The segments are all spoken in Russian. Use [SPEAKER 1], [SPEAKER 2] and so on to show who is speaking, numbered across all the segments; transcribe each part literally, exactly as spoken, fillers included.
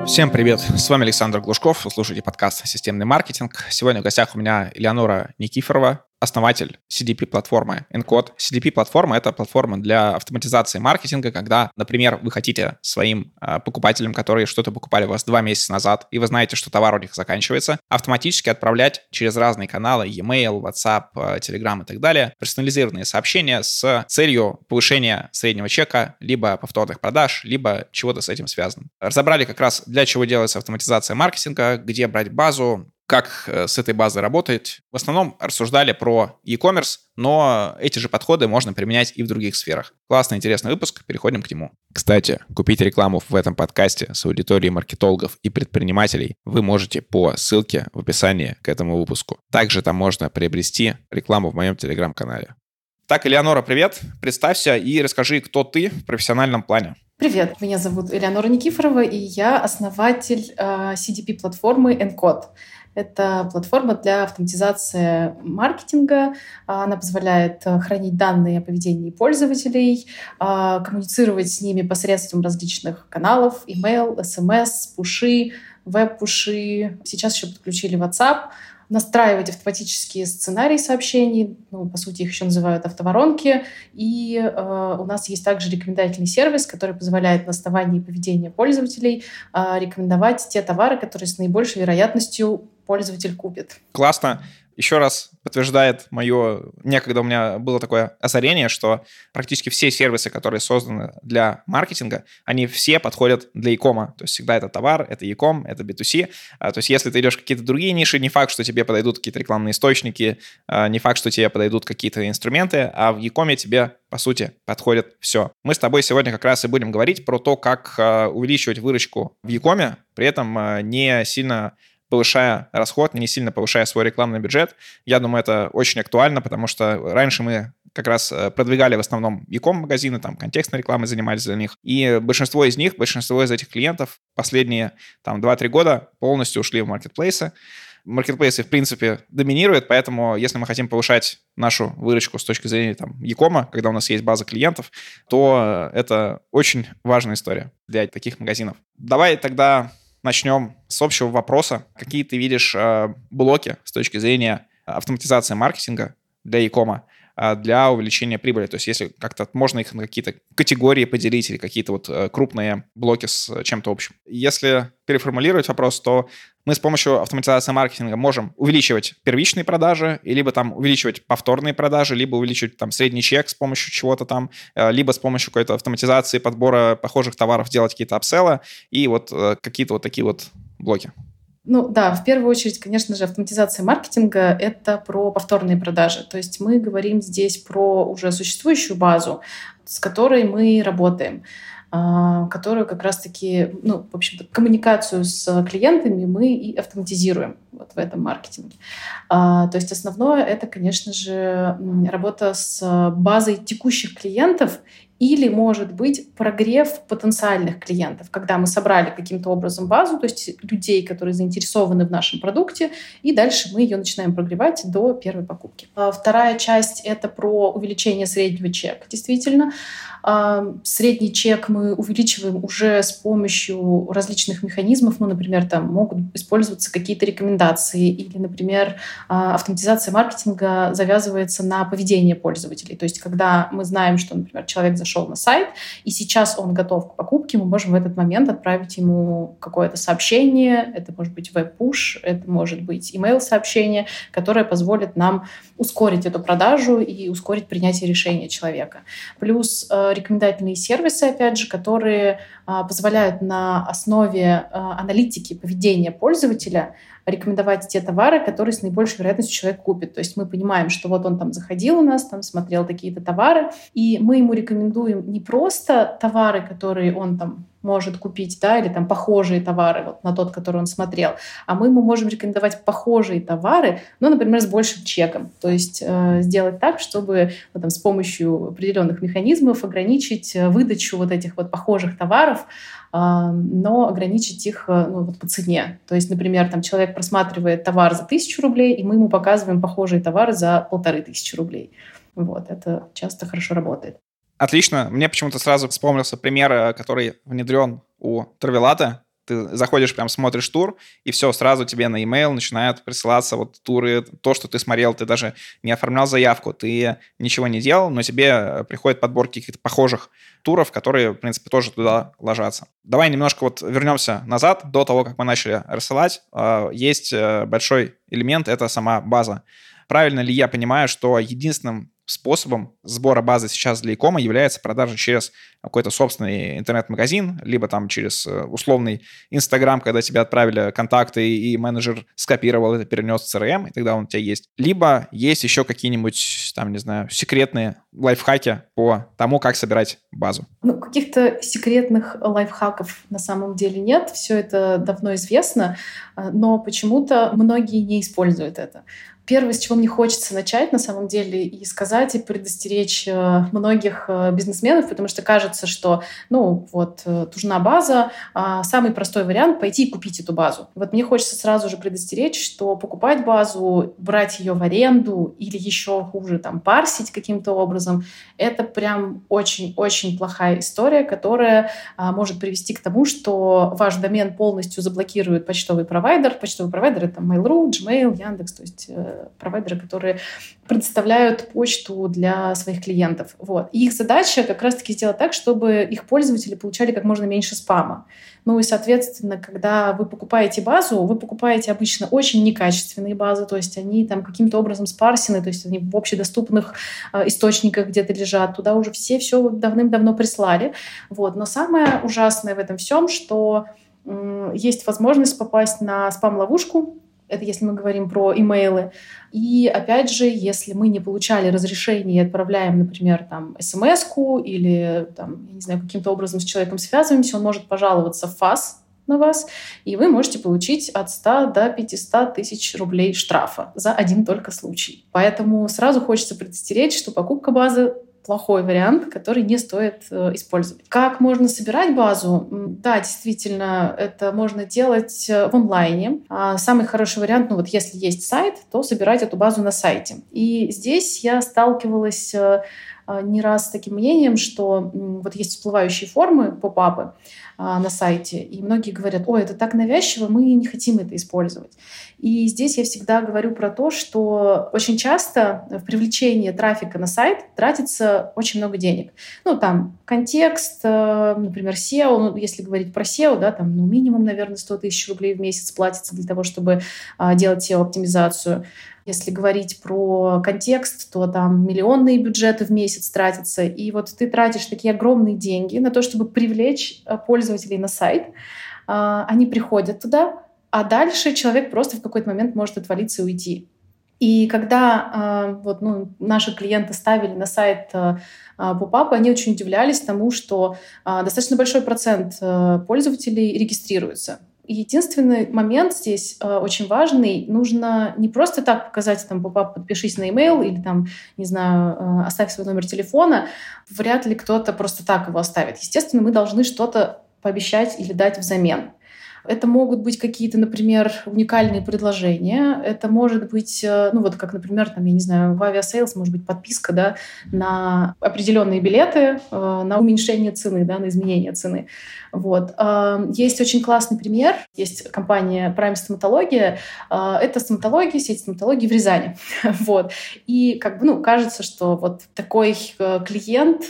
[SPEAKER 1] Всем привет, с вами Александр Глушков, вы слушаете подкаст «Системный маркетинг». Сегодня в гостях у меня Элеонора Никифорова, основатель си ди пи-платформы Encode. си ди пи-платформа — это платформа для автоматизации маркетинга, когда, например, вы хотите своим э, покупателям, которые что-то покупали у вас два месяца назад, и вы знаете, что товар у них заканчивается, автоматически отправлять через разные каналы, e-mail, WhatsApp, э, Telegram и так далее, персонализированные сообщения с целью повышения среднего чека, либо повторных продаж, либо чего-то с этим связанным. Разобрали как раз, для чего делается автоматизация маркетинга, где брать базу, как с этой базой работать. В основном рассуждали про e-commerce, но эти же подходы можно применять и в других сферах. Классный, интересный выпуск, переходим к нему. Кстати, купить рекламу в этом подкасте с аудиторией маркетологов и предпринимателей вы можете по ссылке в описании к этому выпуску. Также там можно приобрести рекламу в моем телеграм-канале. Так, Элеонора, привет. Представься и расскажи, кто ты в профессиональном плане.
[SPEAKER 2] Привет, меня зовут Элеонора Никифорова, и я основатель э, си ди пи-платформы Encode. Это платформа для автоматизации маркетинга. Она позволяет хранить данные о поведении пользователей, коммуницировать с ними посредством различных каналов, email, смс, пуши, веб-пуши. Сейчас еще подключили WhatsApp. Настраивать автоматические сценарии сообщений, ну, по сути, их еще называют автоворонки. И э, у нас есть также рекомендательный сервис, который позволяет на основании поведения пользователей э, рекомендовать те товары, которые с наибольшей вероятностью пользователь купит.
[SPEAKER 1] Классно. Еще раз подтверждает мое... Некогда у меня было такое озарение, что практически все сервисы, которые созданы для маркетинга, они все подходят для e-com. То есть всегда это товар, это e-com, это би ту си. То есть если ты идешь в какие-то другие ниши, не факт, что тебе подойдут какие-то рекламные источники, не факт, что тебе подойдут какие-то инструменты, а в e-com тебе, по сути, подходит все. Мы с тобой сегодня как раз и будем говорить про то, как увеличивать выручку в e-com, при этом не сильно... повышая расход, не сильно повышая свой рекламный бюджет. Я думаю, это очень актуально, потому что раньше мы как раз продвигали в основном e-com-магазины, там, контекстной рекламой занимались для них. И большинство из них, большинство из этих клиентов последние там, два-три года полностью ушли в маркетплейсы. Маркетплейсы, в принципе, доминируют, поэтому если мы хотим повышать нашу выручку с точки зрения там, e-com, когда у нас есть база клиентов, то это очень важная история для таких магазинов. Давай тогда... Начнем с общего вопроса. Какие ты видишь э, блоки с точки зрения автоматизации маркетинга для e-com, э, для увеличения прибыли? То есть если как-то можно их на какие-то категории поделить или какие-то вот э, крупные блоки с чем-то общим. Если переформулировать вопрос, то мы с помощью автоматизации маркетинга можем увеличивать первичные продажи, и либо там увеличивать повторные продажи, либо увеличивать там средний чек с помощью чего-то там, либо с помощью какой-то автоматизации подбора похожих товаров делать какие-то апселлы и вот какие-то вот такие вот блоки.
[SPEAKER 2] Ну да, в первую очередь, конечно же, автоматизация маркетинга — это про повторные продажи. То есть мы говорим здесь про уже существующую базу, с которой мы работаем, которую как раз-таки, ну, в общем-то, коммуникацию с клиентами мы и автоматизируем вот в этом маркетинге. То есть основное — это, конечно же, работа с базой текущих клиентов или, может быть, прогрев потенциальных клиентов, когда мы собрали каким-то образом базу, то есть людей, которые заинтересованы в нашем продукте, и дальше мы ее начинаем прогревать до первой покупки. Вторая часть — это про увеличение среднего чека. Действительно, средний чек мы увеличиваем уже с помощью различных механизмов. Ну, например, там могут использоваться какие-то рекомендации или, например, автоматизация маркетинга завязывается на поведение пользователей. То есть когда мы знаем, что, например, человек зашел на сайт, и сейчас он готов к покупке, мы можем в этот момент отправить ему какое-то сообщение, это может быть веб-пуш, это может быть email-сообщение, которое позволит нам ускорить эту продажу и ускорить принятие решения человека. Плюс э, рекомендательные сервисы, опять же, которые э, позволяют на основе э, аналитики поведения пользователя рекомендовать те товары, которые с наибольшей вероятностью человек купит. То есть мы понимаем, что вот он там заходил у нас, там смотрел такие-то товары, и мы ему рекомендуем не просто товары, которые он там может купить, да, или там похожие товары вот, на тот, который он смотрел, а мы ему можем рекомендовать похожие товары, ну, например, с большим чеком. То есть э, сделать так, чтобы ну, там, с помощью определенных механизмов ограничить выдачу вот этих вот похожих товаров, э, но ограничить их э, ну, вот по цене. То есть, например, там человек просматривает товар за тысячу рублей, и мы ему показываем похожие товары за полторы тысячи рублей. Вот, это часто хорошо работает.
[SPEAKER 1] Отлично. Мне почему-то сразу вспомнился пример, который внедрен у Travelata. Ты заходишь, прям смотришь тур, и все, сразу тебе на e-mail начинают присылаться вот туры, то, что ты смотрел, ты даже не оформлял заявку, ты ничего не делал, но тебе приходят подборки каких-то похожих туров, которые, в принципе, тоже туда ложатся. Давай немножко вот вернемся назад, до того, как мы начали рассылать. Есть большой элемент, это сама база. Правильно ли я понимаю, что единственным способом сбора базы сейчас для e-кома является продажа через какой-то собственный интернет-магазин, либо там через условный Инстаграм, когда тебе отправили контакты, и менеджер скопировал это, перенес в си эр эм, и тогда он у тебя есть. Либо есть еще какие-нибудь, там, не знаю, секретные лайфхаки по тому, как собирать базу.
[SPEAKER 2] Ну, каких-то секретных лайфхаков на самом деле нет. Все это давно известно, но почему-то многие не используют это. Первое, с чего мне хочется начать, на самом деле, и сказать, и предостеречь многих бизнесменов, потому что кажется, что, ну, вот, нужна база, а самый простой вариант — пойти и купить эту базу. Вот мне хочется сразу же предостеречь, что покупать базу, брать ее в аренду или еще хуже, там, парсить каким-то образом, это прям очень-очень плохая история, которая а, может привести к тому, что ваш домен полностью заблокирует почтовый провайдер. Почтовый провайдер — это Mail.ru, Gmail, Яндекс, то есть провайдеры, которые предоставляют почту для своих клиентов. Вот. И их задача как раз-таки сделать так, чтобы их пользователи получали как можно меньше спама. Ну и, соответственно, когда вы покупаете базу, вы покупаете обычно очень некачественные базы, то есть они там каким-то образом спарсены, то есть они в общедоступных э, источниках где-то лежат, туда уже все все давным-давно прислали. Вот. Но самое ужасное в этом всем, что э, есть возможность попасть на спам-ловушку. Это если мы говорим про имейлы. И опять же, если мы не получали разрешение и отправляем, например, там, смс-ку или там, я не знаю, каким-то образом с человеком связываемся, он может пожаловаться в ФАС на вас, и вы можете получить от ста до пятисот тысяч рублей штрафа за один только случай. Поэтому сразу хочется предостеречь, что покупка базы плохой вариант, который не стоит э, использовать. Как можно собирать базу? Да, действительно, это можно делать в онлайне. А самый хороший вариант, ну вот если есть сайт, то собирать эту базу на сайте. И здесь я сталкивалась э, не раз с таким мнением, что вот есть всплывающие формы, поп-апы на сайте, и многие говорят: ой, это так навязчиво, мы не хотим это использовать. И здесь я всегда говорю про то, что очень часто в привлечении трафика на сайт тратится очень много денег. Ну, там, контекст, например, сео, ну, если говорить про сео, да, там, ну, минимум, наверное, сто тысяч рублей в месяц платится для того, чтобы а, делать сео-оптимизацию. Если говорить про контекст, то там миллионные бюджеты в месяц тратятся. И вот ты тратишь такие огромные деньги на то, чтобы привлечь пользователей на сайт. Они приходят туда, а дальше человек просто в какой-то момент может отвалиться и уйти. И когда вот, ну, наши клиенты ставили на сайт поп-апы, они очень удивлялись тому, что достаточно большой процент пользователей регистрируется. Единственный момент здесь э, очень важный. Нужно не просто так показать там поп-ап «подпишись на имейл» или там, не знаю, э, «оставь свой номер телефона». Вряд ли кто-то просто так его оставит. Естественно, мы должны что-то пообещать или дать взамен. Это могут быть какие-то, например, уникальные предложения. Это может быть, ну вот как, например, там, я не знаю, в авиасейлс может быть подписка, да, на определенные билеты, на уменьшение цены, да, на изменение цены. Вот. Есть очень классный пример. Есть компания Prime Стоматология. Это стоматология, сеть стоматологии в Рязани. Вот. И как бы, ну, кажется, что вот такой клиент,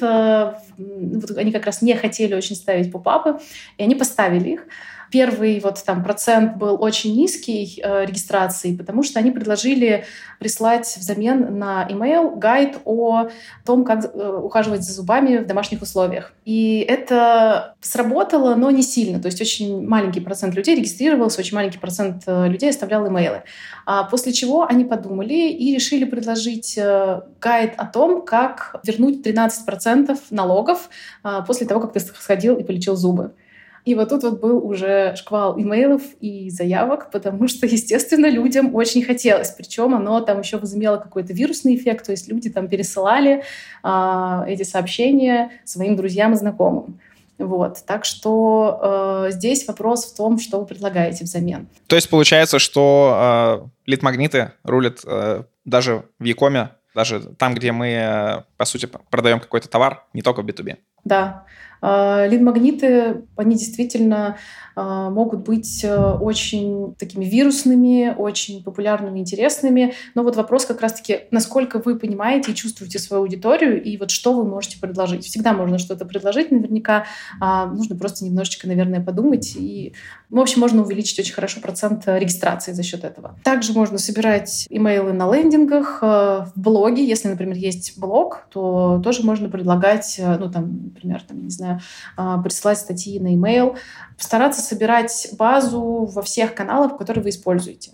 [SPEAKER 2] вот они как раз не хотели очень ставить поп-апы, и они поставили их. Первый вот там процент был очень низкий э, регистрации, потому что они предложили прислать взамен на email гайд о том, как э, ухаживать за зубами в домашних условиях. И это сработало, но не сильно. То есть очень маленький процент людей регистрировался, очень маленький процент э, людей оставлял имейлы. А после чего они подумали и решили предложить э, гайд о том, как вернуть тринадцать процентов налогов э, после того, как ты сходил и полечил зубы. И вот тут вот был уже шквал имейлов и заявок, потому что, естественно, людям очень хотелось. Причем оно там еще возымело какой-то вирусный эффект, то есть люди там пересылали э, эти сообщения своим друзьям и знакомым. Вот. Так что э, здесь вопрос в том, что вы предлагаете взамен.
[SPEAKER 1] То есть получается, что э, лид-магниты рулят э, даже в e-коме, даже там, где мы, э, по сути, продаем какой-то товар, не только в би ту би.
[SPEAKER 2] Да. Лид-магниты, они действительно могут быть очень такими вирусными, очень популярными, интересными. Но вот вопрос как раз-таки, насколько вы понимаете и чувствуете свою аудиторию, и вот что вы можете предложить. Всегда можно что-то предложить, наверняка. Нужно просто немножечко, наверное, подумать. И, в общем, можно увеличить очень хорошо процент регистрации за счет этого. Также можно собирать имейлы на лендингах, в блоге. Если, например, есть блог, то тоже можно предлагать, ну, там, например, там, не знаю, присылать статьи на имейл, постараться собирать базу во всех каналах, которые вы используете.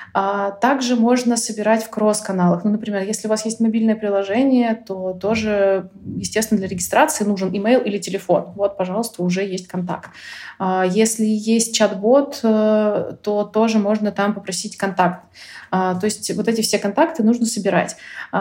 [SPEAKER 2] А также можно собирать в кросс-каналах. Ну, например, если у вас есть мобильное приложение, то тоже, естественно, для регистрации нужен имейл или телефон. Вот, пожалуйста, уже есть контакт. А если есть чат-бот, то тоже можно там попросить контакт. То есть вот эти все контакты нужно собирать.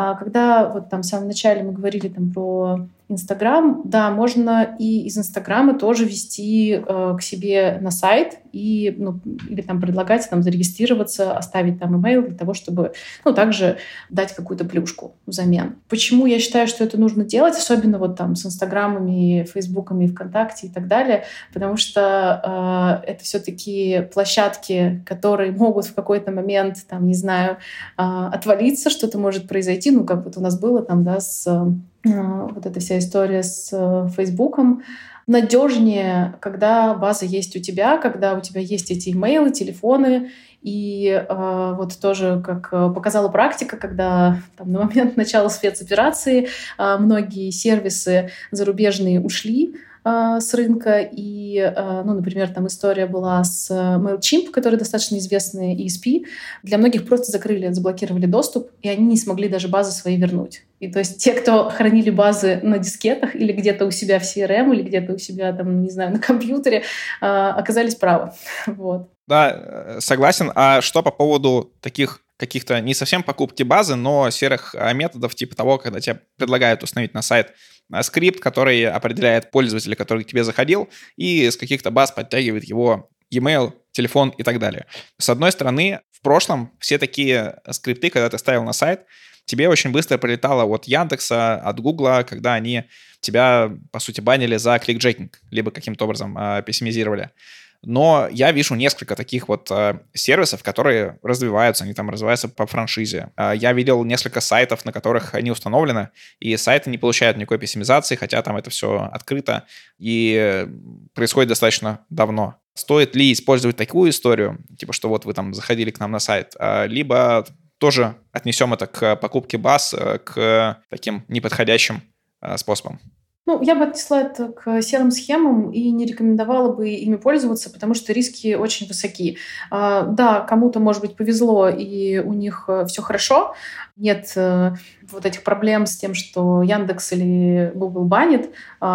[SPEAKER 2] Когда вот там в самом начале мы говорили там про Инстаграм, да, можно и из Инстаграма тоже вести э, к себе на сайт и, ну, или там предлагать там зарегистрироваться, оставить там имейл для того, чтобы, ну, также дать какую-то плюшку взамен. Почему я считаю, что это нужно делать, особенно вот там с Инстаграмами, Фейсбуками, ВКонтакте и так далее, потому что э, это все-таки площадки, которые могут в какой-то момент, там, не знаю, э, отвалиться, что-то может произойти, ну, как вот у нас было там, да, с вот эта вся история с Фейсбуком. Надежнее, когда база есть у тебя, когда у тебя есть эти имейлы, телефоны. И э, вот тоже, как показала практика, когда там, на момент начала спецоперации э, многие сервисы зарубежные ушли э, с рынка. И, э, ну, например, там история была с MailChimp, который достаточно известный и эс пи. Для многих просто закрыли, заблокировали доступ, и они не смогли даже базы свои вернуть. И то есть те, кто хранили базы на дискетах или где-то у себя в си эр эм, или где-то у себя, там, не знаю, на компьютере, оказались правы. Вот.
[SPEAKER 1] Да, согласен. А что по поводу таких каких-то не совсем покупки базы, но серых методов, типа того, когда тебе предлагают установить на сайт скрипт, который определяет пользователя, который к тебе заходил, и с каких-то баз подтягивает его e-mail, телефон и так далее. С одной стороны, в прошлом все такие скрипты, когда ты ставил на сайт, тебе очень быстро прилетало от Яндекса, от Гугла, когда они тебя, по сути, банили за кликджекинг, либо каким-то образом э, пессимизировали. Но я вижу несколько таких вот э, сервисов, которые развиваются, они там развиваются по франшизе. Э, я видел несколько сайтов, на которых они установлены, и сайты не получают никакой пессимизации, хотя там это все открыто и происходит достаточно давно. Стоит ли использовать такую историю, типа что вот вы там заходили к нам на сайт, э, либо тоже отнесем это к покупке баз, к таким неподходящим способам?
[SPEAKER 2] Ну, я бы отнесла это к серым схемам и не рекомендовала бы ими пользоваться, потому что риски очень высоки. Да, кому-то, может быть, повезло, и у них все хорошо. Нет вот этих проблем с тем, что Яндекс или Google банит,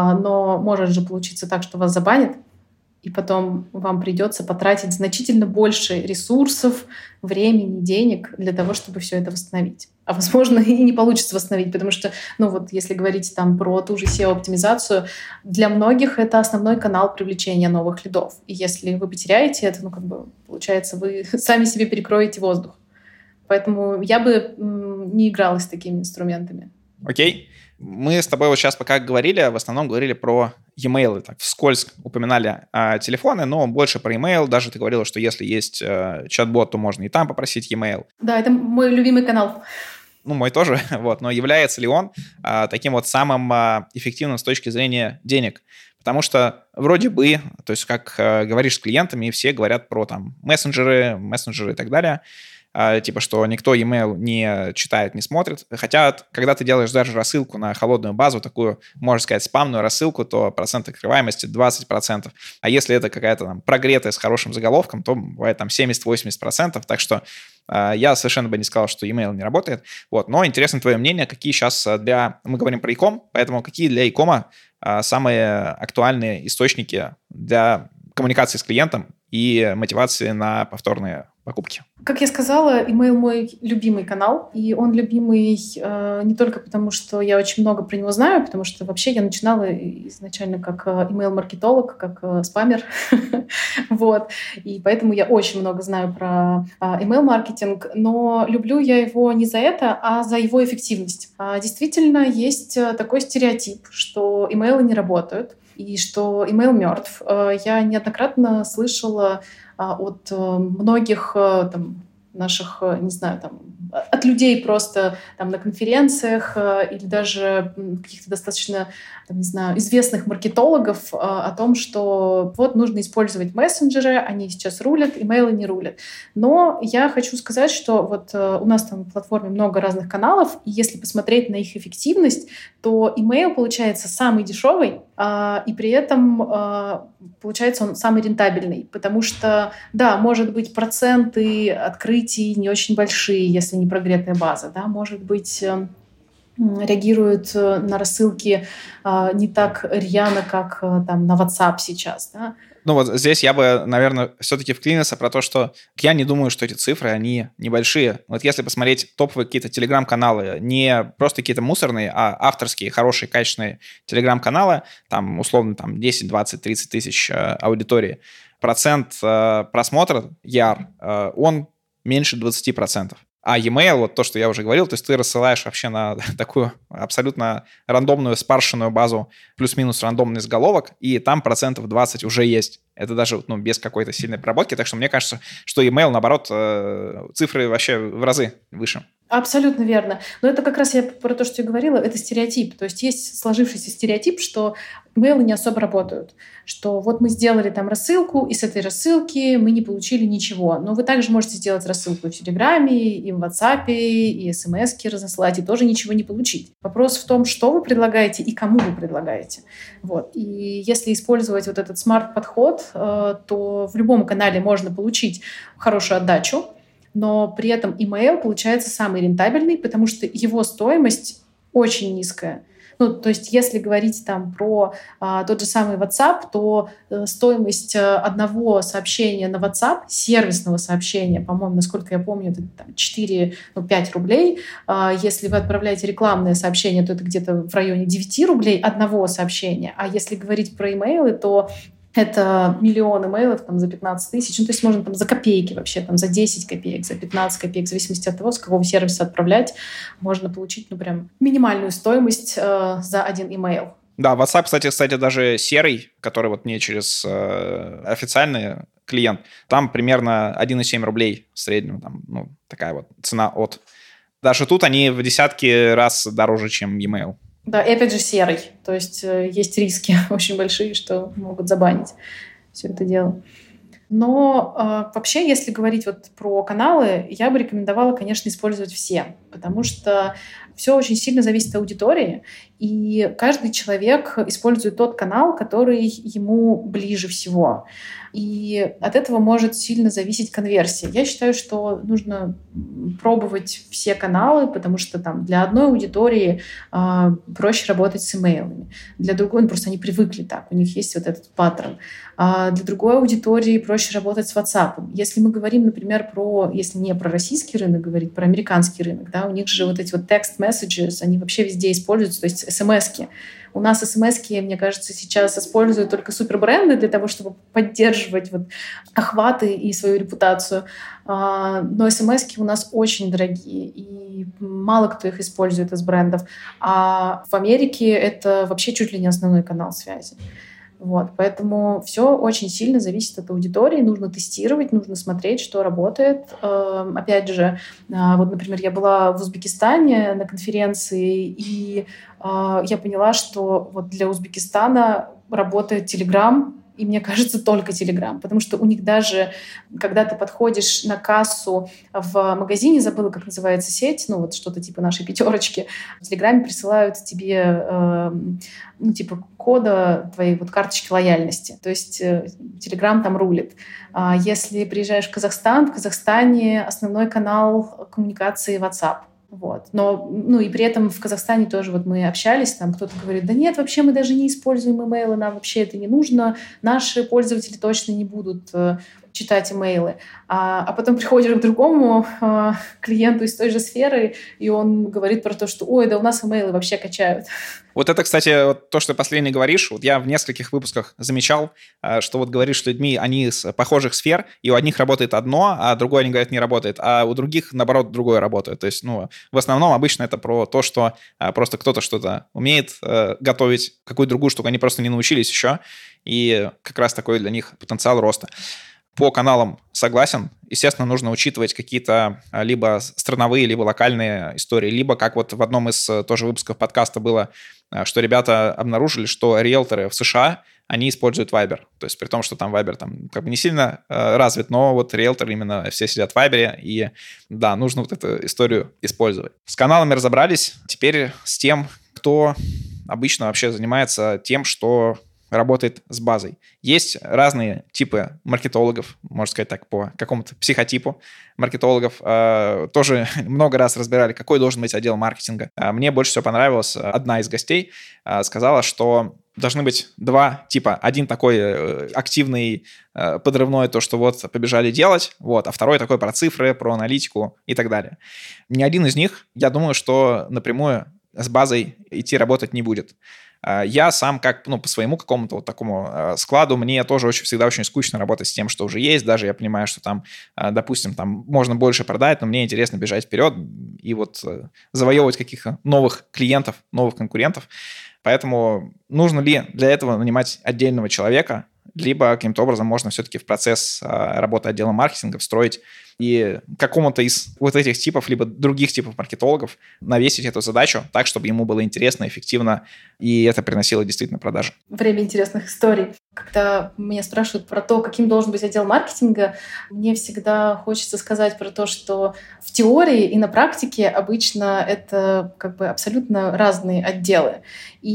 [SPEAKER 2] но может же получиться так, что вас забанят, и потом вам придется потратить значительно больше ресурсов, времени, денег для того, чтобы все это восстановить. А, возможно, и не получится восстановить, потому что, ну вот, если говорить там про ту же сео-оптимизацию, для многих это основной канал привлечения новых лидов. И если вы потеряете это, ну, как бы, получается, вы сами себе перекроете воздух. Поэтому я бы м, не играла с такими инструментами.
[SPEAKER 1] Окей. Мы с тобой вот сейчас пока говорили, в основном говорили про e-mail, так вскользь упоминали а, телефоны, но больше про e-mail. Даже ты говорила, что если есть а, чат-бот, то можно и там попросить e-mail.
[SPEAKER 2] Да, это мой любимый канал.
[SPEAKER 1] Ну, мой тоже, вот. Но является ли он а, таким вот самым а, эффективным с точки зрения денег? Потому что вроде бы, то есть как а, говоришь с клиентами, все говорят про там мессенджеры, мессенджеры и так далее, типа, что никто e-mail не читает, не смотрит. Хотя, когда ты делаешь даже рассылку на холодную базу, такую, можно сказать, спамную рассылку, то процент открываемости двадцать процентов. А если это какая-то там прогретая с хорошим заголовком, то бывает там семьдесят-восемьдесят процентов. Так что э, я совершенно бы не сказал, что e-mail не работает. Вот. Но интересно твое мнение, какие сейчас для... Мы говорим про e-com, поэтому какие для e-com э, самые актуальные источники для коммуникации с клиентом и мотивации на повторные покупки?
[SPEAKER 2] Как я сказала, email мой любимый канал, и он любимый э, не только потому, что я очень много про него знаю, потому что вообще я начинала изначально как email-маркетолог, как э, спамер, вот, и поэтому я очень много знаю про э, email-маркетинг, но люблю я его не за это, а за его эффективность. А, действительно, есть такой стереотип, что имейлы не работают. и что email мертв. Я неоднократно слышала от многих там, наших, не знаю, там, от людей просто там, на конференциях или даже каких-то достаточно, там, не знаю, известных маркетологов о том, что вот нужно использовать мессенджеры, они сейчас рулят, имейлы не рулят. Но я хочу сказать, что вот у нас там в платформе много разных каналов, и если посмотреть на их эффективность, то имейл получается самый дешевый, и при этом получается он самый рентабельный, потому что, да, может быть, проценты открытий не очень большие, если не прогретая база, да, может быть, реагируют на рассылки не так рьяно, как там на WhatsApp сейчас, да.
[SPEAKER 1] Ну вот здесь я бы, наверное, все-таки вклинился про то, что я не думаю, что эти цифры, они небольшие. Вот если посмотреть топовые какие-то телеграм-каналы, не просто какие-то мусорные, а авторские, хорошие, качественные телеграм-каналы, там условно там десять, двадцать, тридцать тысяч э, аудитории, процент э, просмотра яр, э, он меньше двадцать процентов. А e-mail, вот то, что я уже говорил, то есть ты рассылаешь вообще на такую абсолютно рандомную спаршенную базу плюс-минус рандомный заголовок, и там процентов двадцать уже есть. Это даже ну, без какой-то сильной проработки. Так что мне кажется, что e-mail, наоборот, цифры вообще в разы выше.
[SPEAKER 2] Абсолютно верно. Но это как раз я про то, что я говорила, это стереотип. То есть есть сложившийся стереотип, что имейлы не особо работают. Что вот мы сделали там рассылку, и с этой рассылки мы не получили ничего. Но вы также можете сделать рассылку и в Телеграме, и в WhatsApp, и смс-ки разослать, и тоже ничего не получить. Вопрос в том, что вы предлагаете и кому вы предлагаете. Вот. И если использовать вот этот смарт-подход, то в любом канале можно получить хорошую отдачу, но при этом email получается самый рентабельный, потому что его стоимость очень низкая. Ну, то есть, если говорить там про а, тот же самый WhatsApp, то э, стоимость одного сообщения на WhatsApp, сервисного сообщения, по-моему, насколько я помню, это там, четыре, ну, пять рублей. А, если вы отправляете рекламное сообщение, то это где-то в районе девять рублей одного сообщения. А если говорить про имейлы, то это миллион имейлов там, за пятнадцать тысяч. Ну, то есть можно там, за копейки вообще, там, за десять копеек, за пятнадцать копеек, в зависимости от того, с какого сервиса отправлять, можно получить ну, прям минимальную стоимость э, за один имейл.
[SPEAKER 1] Да, WhatsApp, кстати, кстати, даже серый, который вот не через э, официальный клиент, там примерно один и семь рублей в среднем. Там, ну, такая вот цена от. Даже тут они в десятки раз дороже, чем e-mail.
[SPEAKER 2] Да, и опять же серый. То есть э, есть риски очень большие, что могут забанить все это дело. Но э, вообще, если говорить вот про каналы, я бы рекомендовала, конечно, использовать все, потому что все очень сильно зависит от аудитории, и каждый человек использует тот канал, который ему ближе всего. И от этого может сильно зависеть конверсия. Я считаю, что нужно пробовать все каналы, потому что там для одной аудитории э, проще работать с имейлами, для другой, ну, просто они привыкли так, у них есть вот этот паттерн. А для другой аудитории проще работать с WhatsApp. Если мы говорим, например, про, если не про российский рынок говорить, про американский рынок, да, у них же вот эти вот text messages, они вообще везде используются, то есть смс-ки. У нас смс-ки, мне кажется, сейчас используют только супербренды для того, чтобы поддерживать вот охваты и свою репутацию. Но смс-ки у нас очень дорогие, и мало кто их использует из брендов. А в Америке это вообще чуть ли не основной канал связи. Вот, поэтому все очень сильно зависит от аудитории, нужно тестировать, нужно смотреть, что работает. Э, опять же, э, вот, например, я была в Узбекистане на конференции, и э, я поняла, что вот для Узбекистана работает Telegram, и мне кажется, только Telegram, потому что у них даже, когда ты подходишь на кассу в магазине, забыла, как называется сеть, ну вот что-то типа нашей пятерочки, в Телеграме присылают тебе, э, ну типа кода твоей вот карточки лояльности. То есть э, Telegram там рулит. А если приезжаешь в Казахстан, в Казахстане основной канал коммуникации WhatsApp. Вот. Но, ну и при этом в Казахстане тоже вот мы общались, там кто-то говорит, да нет, вообще мы даже не используем имейлы, нам вообще это не нужно, наши пользователи точно не будут читать имейлы. А, а потом приходишь к другому а, клиенту из той же сферы, и он говорит про то, что ой, да у нас имейлы вообще качают.
[SPEAKER 1] Вот это, кстати, вот то, что ты последнее говоришь, вот я в нескольких выпусках замечал, что вот говоришь с людьми, они из похожих сфер, и у одних работает одно, а другое, они говорят, не работает, а у других, наоборот, другое работает. То есть, ну, в основном обычно это про то, что просто кто-то что-то умеет готовить, какую-то другую штуку, они просто не научились еще, и как раз такой для них потенциал роста. По каналам согласен. Естественно, нужно учитывать какие-то либо страновые, либо локальные истории, либо, как вот в одном из тоже выпусков подкаста было, что ребята обнаружили, что риэлторы в США, они используют Viber. То есть при том, что там Viber там как бы не сильно э, развит, но вот риэлторы именно все сидят в Viber, и да, нужно вот эту историю использовать. С каналами разобрались. Теперь с тем, кто обычно вообще занимается тем, что работает с базой. Есть разные типы маркетологов, можно сказать так, по какому-то психотипу маркетологов. Тоже много раз разбирали, какой должен быть отдел маркетинга. Мне больше всего понравилась одна из гостей, сказала, что должны быть два типа. Один такой активный, подрывной, то, что вот побежали делать, вот, а второй такой про цифры, про аналитику и так далее. Ни один из них, я думаю, что напрямую с базой идти работать не будет. Я сам как, ну, по своему какому-то вот такому э, складу, мне тоже очень, всегда очень скучно работать с тем, что уже есть. Даже я понимаю, что там, э, допустим, там можно больше продать, но мне интересно бежать вперед и вот э, завоевывать каких-то новых клиентов, новых конкурентов. Поэтому нужно ли для этого нанимать отдельного человека, либо каким-то образом можно все-таки в процесс э, работы отдела маркетинга встроить и какому-то из вот этих типов, либо других типов маркетологов навесить эту задачу так, чтобы ему было интересно, эффективно, и это приносило действительно продажи.
[SPEAKER 2] Время интересных историй. Когда меня спрашивают про то, каким должен быть отдел маркетинга, мне всегда хочется сказать про то, что в теории и на практике обычно это как бы абсолютно разные отделы.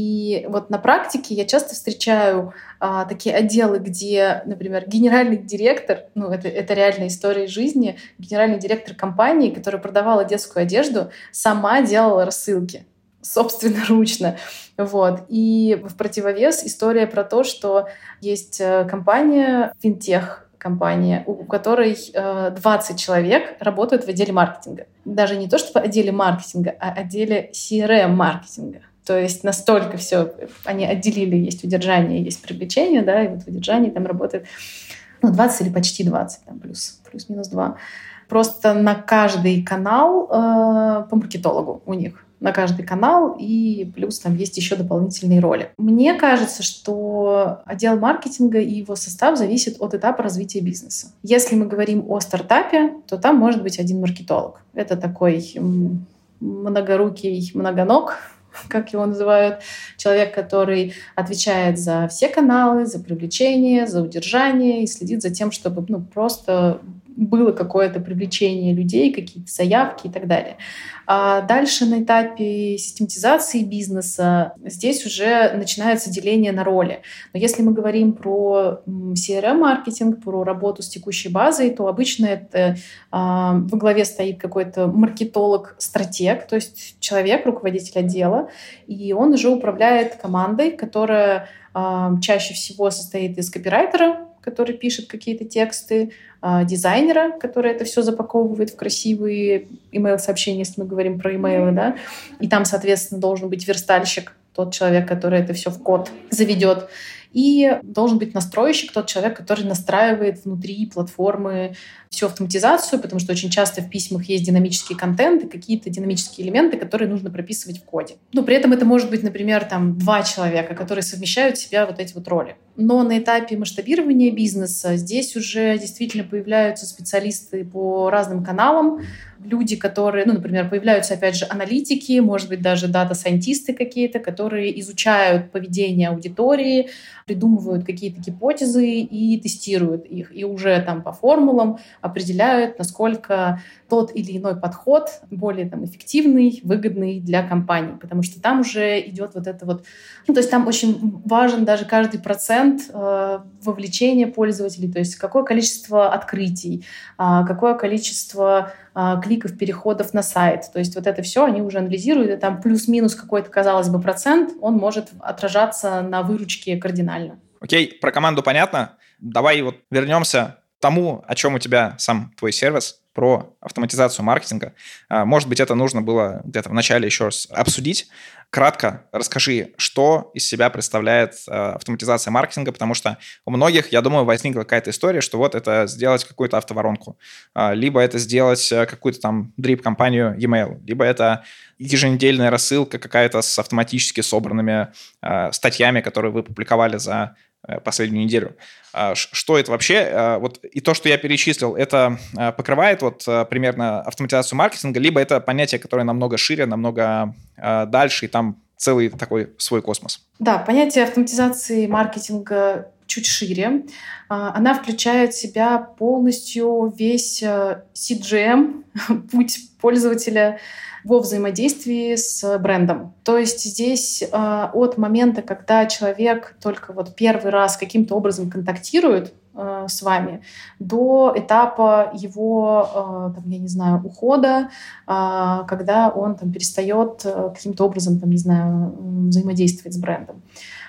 [SPEAKER 2] И вот на практике я часто встречаю а, такие отделы, где, например, генеральный директор, ну это, это реальная история жизни, генеральный директор компании, которая продавала детскую одежду, сама делала рассылки собственноручно. Вот. И в противовес история про то, что есть компания, финтех-компания, у которой двадцать человек работают в отделе маркетинга. Даже не то, что в отделе маркетинга, а отделе си ар эм-маркетинга. То есть настолько все они отделили, есть удержание, есть привлечение, да, и вот в удержании там работает ну, двадцать или почти двадцать, там плюс, плюс-минус два. Просто на каждый канал э, по маркетологу у них. На каждый канал, и плюс там есть еще дополнительные роли. Мне кажется, что отдел маркетинга и его состав зависит от этапа развития бизнеса. Если мы говорим о стартапе, то там может быть один маркетолог. Это такой многорукий многоног, как его называют, человек, который отвечает за все каналы, за привлечение, за удержание и следит за тем, чтобы ну, просто было какое-то привлечение людей, какие-то заявки и так далее. А дальше на этапе систематизации бизнеса здесь уже начинается деление на роли. Но если мы говорим про си ар эм-маркетинг, про работу с текущей базой, то обычно это а, во главе стоит какой-то маркетолог-стратег, то есть человек, руководитель отдела, и он уже управляет командой, которая а, чаще всего состоит из копирайтера, который пишет какие-то тексты, дизайнера, который это все запаковывает в красивые email-сообщения, если мы говорим про имейлы, да, и там, соответственно, должен быть верстальщик, тот человек, который это все в код заведет, и должен быть настройщик, тот человек, который настраивает внутри платформы всю автоматизацию, потому что очень часто в письмах есть динамический контент и какие-то динамические элементы, которые нужно прописывать в коде. Но при этом это может быть, например, там, два человека, которые совмещают в себя вот эти вот роли. Но на этапе масштабирования бизнеса здесь уже действительно появляются специалисты по разным каналам, люди, которые, ну, например, появляются, опять же, аналитики, может быть, даже дата-сайентисты какие-то, которые изучают поведение аудитории, придумывают какие-то гипотезы и тестируют их. И уже там по формулам определяют, насколько тот или иной подход более там, эффективный, выгодный для компании. Потому что там уже идет вот это вот... Ну, то есть там очень важен даже каждый процент э, вовлечения пользователей, то есть какое количество открытий, э, какое количество э, кликов, переходов на сайт. То есть вот это все они уже анализируют, и там плюс-минус какой-то, казалось бы, процент, он может отражаться на выручке кардинально.
[SPEAKER 1] Окей, про команду понятно. Давай вот вернемся тому, о чем у тебя сам твой сервис, про автоматизацию маркетинга. Может быть, это нужно было где-то вначале еще раз обсудить. Кратко расскажи, что из себя представляет автоматизация маркетинга, потому что у многих, я думаю, возникла какая-то история, что вот это сделать какую-то автоворонку, либо это сделать какую-то там дрип-компанию e-mail, либо это еженедельная рассылка какая-то с автоматически собранными статьями, которые вы публиковали за последнюю неделю. Что это вообще? Вот и то, что я перечислил, это покрывает вот примерно автоматизацию маркетинга, либо это понятие, которое намного шире, намного дальше, и там целый такой свой космос?
[SPEAKER 2] Да, понятие автоматизации маркетинга чуть шире. Она включает в себя полностью весь си джи эм, путь пользователя во взаимодействии с брендом. То есть здесь э, от момента, когда человек только вот первый раз каким-то образом контактирует э, с вами, до этапа его, э, там, я не знаю, ухода, э, когда он там перестает э, каким-то образом, там, не знаю, взаимодействовать с брендом.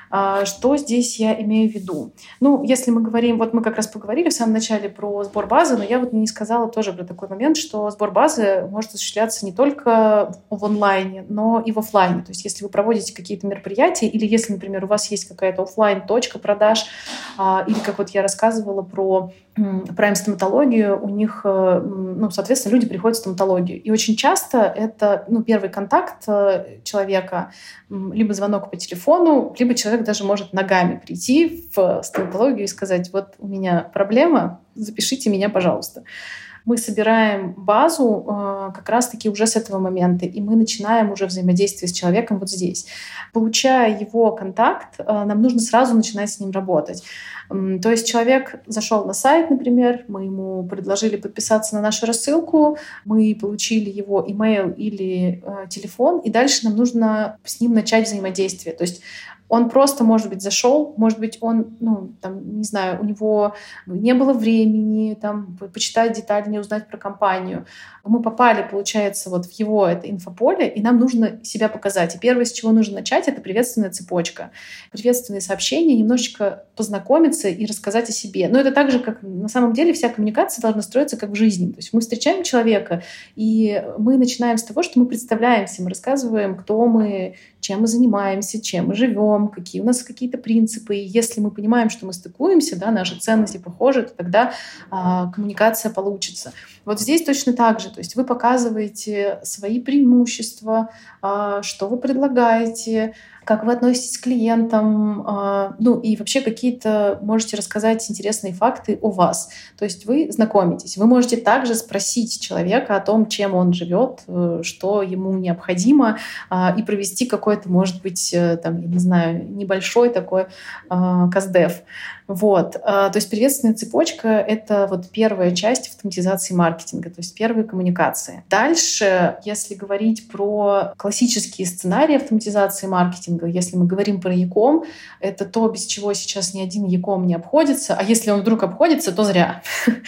[SPEAKER 2] Что здесь я имею в виду? Ну, если мы говорим, вот мы как раз поговорили в самом начале про сбор базы, но я вот не сказала тоже про такой момент, что сбор базы может осуществляться не только в онлайне, но и в офлайне. То есть если вы проводите какие-то мероприятия, или если, например, у вас есть какая-то офлайн точка продаж, или как вот я рассказывала про прайм-стоматологию, у них, ну, соответственно, люди приходят в стоматологию. И очень часто это, ну, первый контакт человека, либо звонок по телефону, либо человек даже может ногами прийти в стоматологию и сказать: вот у меня проблема, запишите меня, пожалуйста. Мы собираем базу э, как раз-таки уже с этого момента, и мы начинаем уже взаимодействие с человеком вот здесь. Получая его контакт, э, нам нужно сразу начинать с ним работать. Э, то есть человек зашел на сайт, например, мы ему предложили подписаться на нашу рассылку, мы получили его имейл или э, телефон, и дальше нам нужно с ним начать взаимодействие. То есть он просто, может быть, зашел, может быть, он, ну, там, не знаю, у него не было времени там почитать детальнее, узнать про компанию. Мы попали, получается, вот в его это инфополе, и нам нужно себя показать. И первое, с чего нужно начать, это приветственная цепочка. Приветственные сообщения, немножечко познакомиться и рассказать о себе. Но это так же, как на самом деле вся коммуникация должна строиться как в жизни. То есть мы встречаем человека, и мы начинаем с того, что мы представляемся, мы рассказываем, кто мы, чем мы занимаемся, чем мы живем, какие у нас какие-то принципы. И если мы понимаем, что мы стыкуемся, да, наши ценности похожи, то тогда а, коммуникация получится. Вот здесь точно так же. То есть вы показываете свои преимущества, а, что вы предлагаете, как вы относитесь к клиентам, а, ну и вообще какие-то можете рассказать интересные факты о вас. То есть вы знакомитесь. Вы можете также спросить человека о том, чем он живет, что ему необходимо, а, и провести какой-то, может быть, там, я не знаю, небольшой такой а, каздев. Вот. То есть приветственная цепочка — это вот первая часть автоматизации маркетинга, то есть первые коммуникации. Дальше, если говорить про классические сценарии автоматизации маркетинга, если мы говорим про e-com, это то, без чего сейчас ни один e-com не обходится, а если он вдруг обходится, то зря.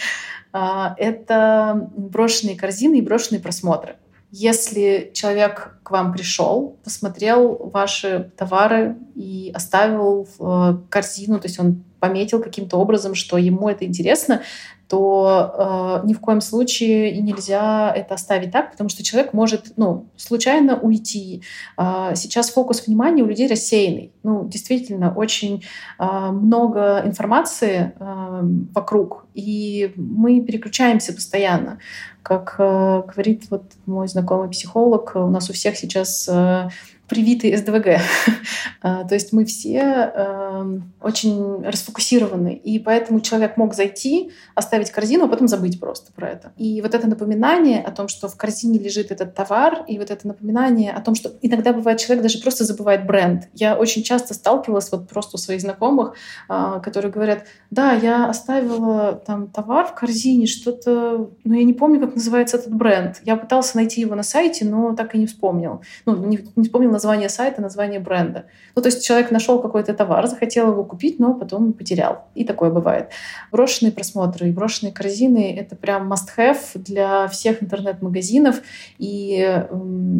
[SPEAKER 2] Это брошенные корзины и брошенные просмотры. Если человек к вам пришел, посмотрел ваши товары и оставил в корзину, то есть он пометил каким-то образом, что ему это интересно, то э, ни в коем случае нельзя это оставить так, потому что человек может, ну, случайно уйти. Э, сейчас фокус внимания у людей рассеянный. Ну, действительно, очень э, много информации э, вокруг, и мы переключаемся постоянно. Как э, говорит вот мой знакомый психолог, у нас у всех сейчас э, привитый эс дэ вэ гэ. То есть мы все э, очень расфокусированы. И поэтому человек мог зайти, оставить корзину, а потом забыть просто про это. И вот это напоминание о том, что в корзине лежит этот товар, и вот это напоминание о том, что иногда бывает, человек даже просто забывает бренд. Я очень часто сталкивалась вот просто у своих знакомых, э, которые говорят: да, я оставила там товар в корзине, что-то, но я не помню, как называется этот бренд. Я пытался найти его на сайте, но так и не вспомнил. Ну, не, не вспомнил название сайта, название бренда. Ну, то есть человек нашел какой-то товар, захотел его купить, но потом потерял. И такое бывает. Брошенные просмотры и брошенные корзины — это прям must-have для всех интернет-магазинов. И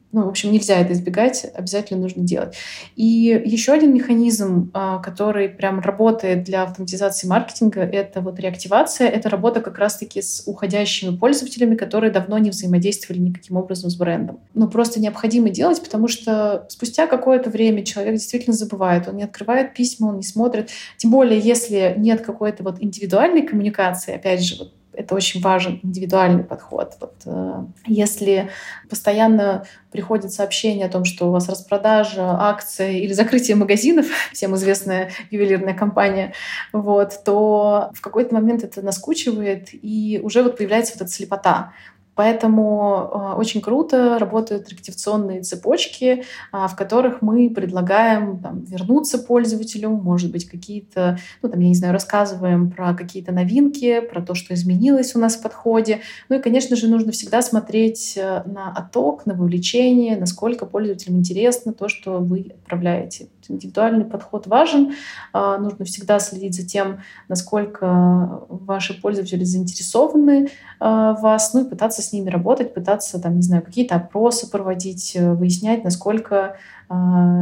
[SPEAKER 2] Ну, в общем, нельзя это избегать, обязательно нужно делать. И еще один механизм, который прям работает для автоматизации маркетинга, это вот реактивация. Это работа как раз-таки с уходящими пользователями, которые давно не взаимодействовали никаким образом с брендом. Ну, просто необходимо делать, потому что спустя какое-то время человек действительно забывает, он не открывает письма, он не смотрит. Тем более, если нет какой-то вот индивидуальной коммуникации, опять же, вот это очень важен индивидуальный подход. Вот, э, если постоянно приходит сообщение о том, что у вас распродажа, акции или закрытие магазинов, всем известная ювелирная компания, вот, то в какой-то момент это наскучивает, и уже вот появляется вот эта слепота. Поэтому э, очень круто работают реактивационные цепочки, э, в которых мы предлагаем там, вернуться пользователю, может быть, какие-то, ну, там, я не знаю, рассказываем про какие-то новинки, про то, что изменилось у нас в подходе. Ну и, конечно же, нужно всегда смотреть на отток, на вовлечение, насколько пользователям интересно то, что вы отправляете. Индивидуальный подход важен. Э, нужно всегда следить за тем, насколько ваши пользователи заинтересованы э, в вас, ну и пытаться с ними работать, пытаться, там, не знаю, какие-то опросы проводить, выяснять, насколько э,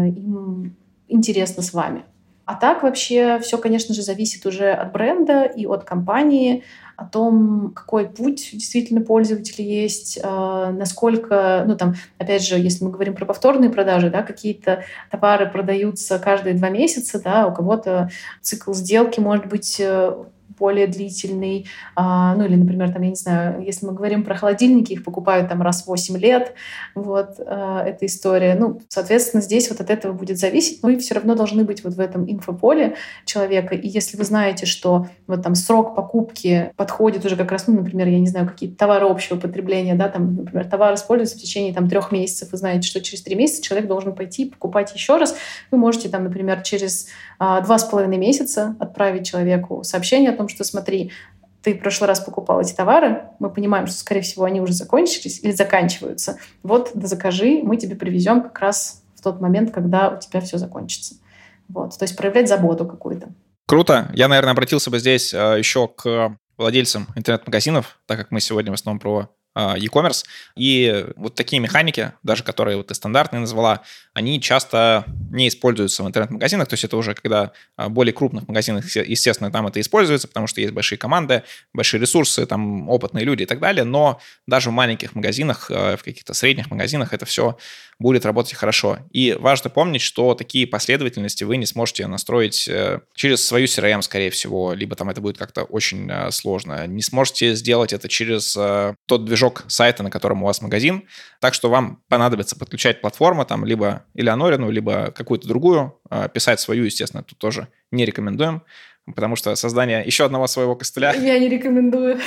[SPEAKER 2] им интересно с вами. А так вообще все, конечно же, зависит уже от бренда и от компании, о том, какой путь действительно пользователя есть, э, насколько, ну там, опять же, если мы говорим про повторные продажи, да, какие-то товары продаются каждые два месяца, да, у кого-то цикл сделки может быть более длительный. А, ну или, например, там, я не знаю, если мы говорим про холодильники, их покупают там раз в восемь лет. Вот а, эта история. Ну, соответственно, здесь вот от этого будет зависеть, но вы все равно должны быть вот в этом инфополе человека. И если вы знаете, что вот там срок покупки подходит уже как раз, ну, например, я не знаю, какие-то товары общего потребления, да, там, например, товар используется в течение там трех месяцев, вы знаете, что через три месяца человек должен пойти покупать еще раз. Вы можете там, например, через а, два с половиной месяца отправить человеку сообщение о том, что смотри, ты в прошлый раз покупал эти товары, мы понимаем, что, скорее всего, они уже закончились или заканчиваются. Вот, да закажи, мы тебе привезем как раз в тот момент, когда у тебя все закончится. Вот. То есть проявлять заботу какую-то.
[SPEAKER 1] Круто. Я, наверное, обратился бы здесь еще к владельцам интернет-магазинов, так как мы сегодня в основном про e-commerce. И вот такие механики, даже которые вот ты стандартные назвала, они часто не используются в интернет-магазинах. То есть это уже когда в более крупных магазинах, естественно, там это используется, потому что есть большие команды, большие ресурсы, там опытные люди и так далее. Но даже в маленьких магазинах, в каких-то средних магазинах это все будет работать хорошо. И важно помнить, что такие последовательности вы не сможете настроить через свою си ар эм, скорее всего, либо там это будет как-то очень сложно. Не сможете сделать это через тот движок сайта, на котором у вас магазин. Так что вам понадобится подключать платформу, там, либо Элеонорину, либо какую-то другую. Писать свою, естественно, тут тоже не рекомендуем, потому что создание еще одного своего костыля...
[SPEAKER 2] Я не рекомендую.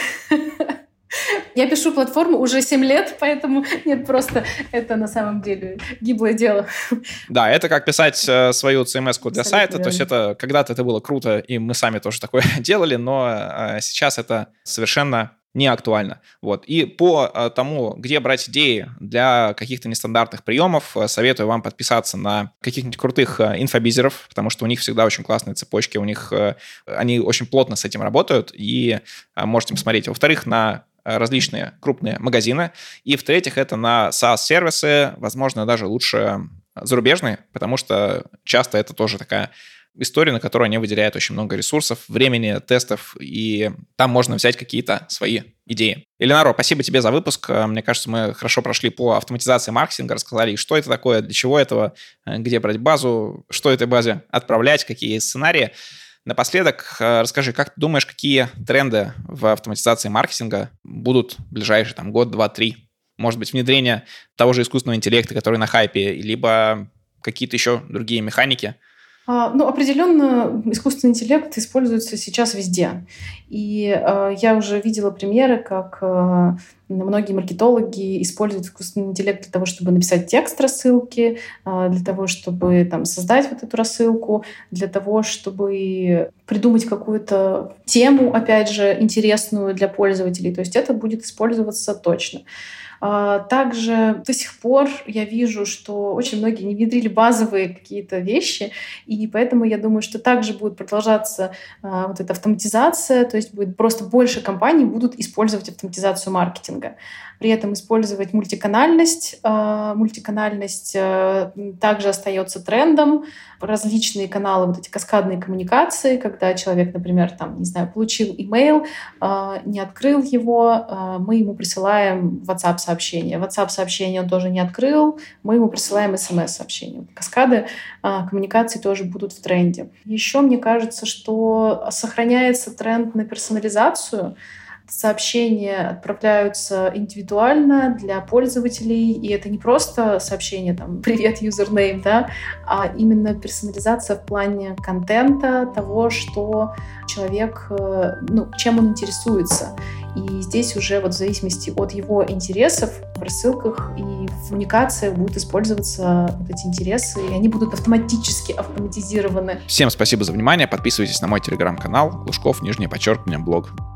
[SPEAKER 2] Я пишу платформу уже семь лет, поэтому нет, просто это на самом деле гиблое дело.
[SPEAKER 1] Да, это как писать свою си эм эс-ку для сайта, то есть это когда-то это было круто, и мы сами тоже такое делали, но сейчас это совершенно не актуально. Вот. И по тому, где брать идеи для каких-то нестандартных приемов, советую вам подписаться на каких-нибудь крутых инфобизеров, потому что у них всегда очень классные цепочки, у них они очень плотно с этим работают, и можете посмотреть. Во-вторых, на различные крупные магазины. И в-третьих, это на SaaS-сервисы, возможно, даже лучше зарубежные, потому что часто это тоже такая история, на которую они выделяют очень много ресурсов, времени, тестов, и там можно взять какие-то свои идеи. Элеонора, спасибо тебе за выпуск. Мне кажется, мы хорошо прошли по автоматизации маркетинга, рассказали, что это такое, для чего этого, где брать базу, что этой базе отправлять, какие есть сценарии. Напоследок, расскажи, как ты думаешь, какие тренды в автоматизации маркетинга будут в ближайший там, год, два, три? Может быть, внедрение того же искусственного интеллекта, который на хайпе, либо какие-то еще другие механики?
[SPEAKER 2] Ну, определенно, искусственный интеллект используется сейчас везде. И э, я уже видела примеры, как э, многие маркетологи используют искусственный интеллект для того, чтобы написать текст рассылки, э, для того, чтобы там, создать вот эту рассылку, для того, чтобы придумать какую-то тему, опять же, интересную для пользователей. То есть это будет использоваться точно. Также до сих пор я вижу, что очень многие не внедрили базовые какие-то вещи, и поэтому я думаю, что также будет продолжаться вот эта автоматизация, то есть будет просто больше компаний будут использовать автоматизацию маркетинга. маркетинга. При этом использовать мультиканальность. Мультиканальность также остается трендом. Различные каналы, вот эти каскадные коммуникации, когда человек, например, там, не знаю, получил имейл, не открыл его, мы ему присылаем WhatsApp-сообщение. WhatsApp-сообщение он тоже не открыл, мы ему присылаем эс эм эс-сообщение. Каскады коммуникаций тоже будут в тренде. Еще мне кажется, что сохраняется тренд на персонализацию. Сообщения отправляются индивидуально для пользователей, и это не просто сообщение там «Привет, юзернейм», да, а именно персонализация в плане контента, того, что человек, ну, чем он интересуется. И здесь уже вот в зависимости от его интересов в рассылках и в коммуникациях будут использоваться вот эти интересы, и они будут автоматически автоматизированы.
[SPEAKER 1] Всем спасибо за внимание. Подписывайтесь на мой телеграм-канал Лужков, нижнее подчеркивание, блог.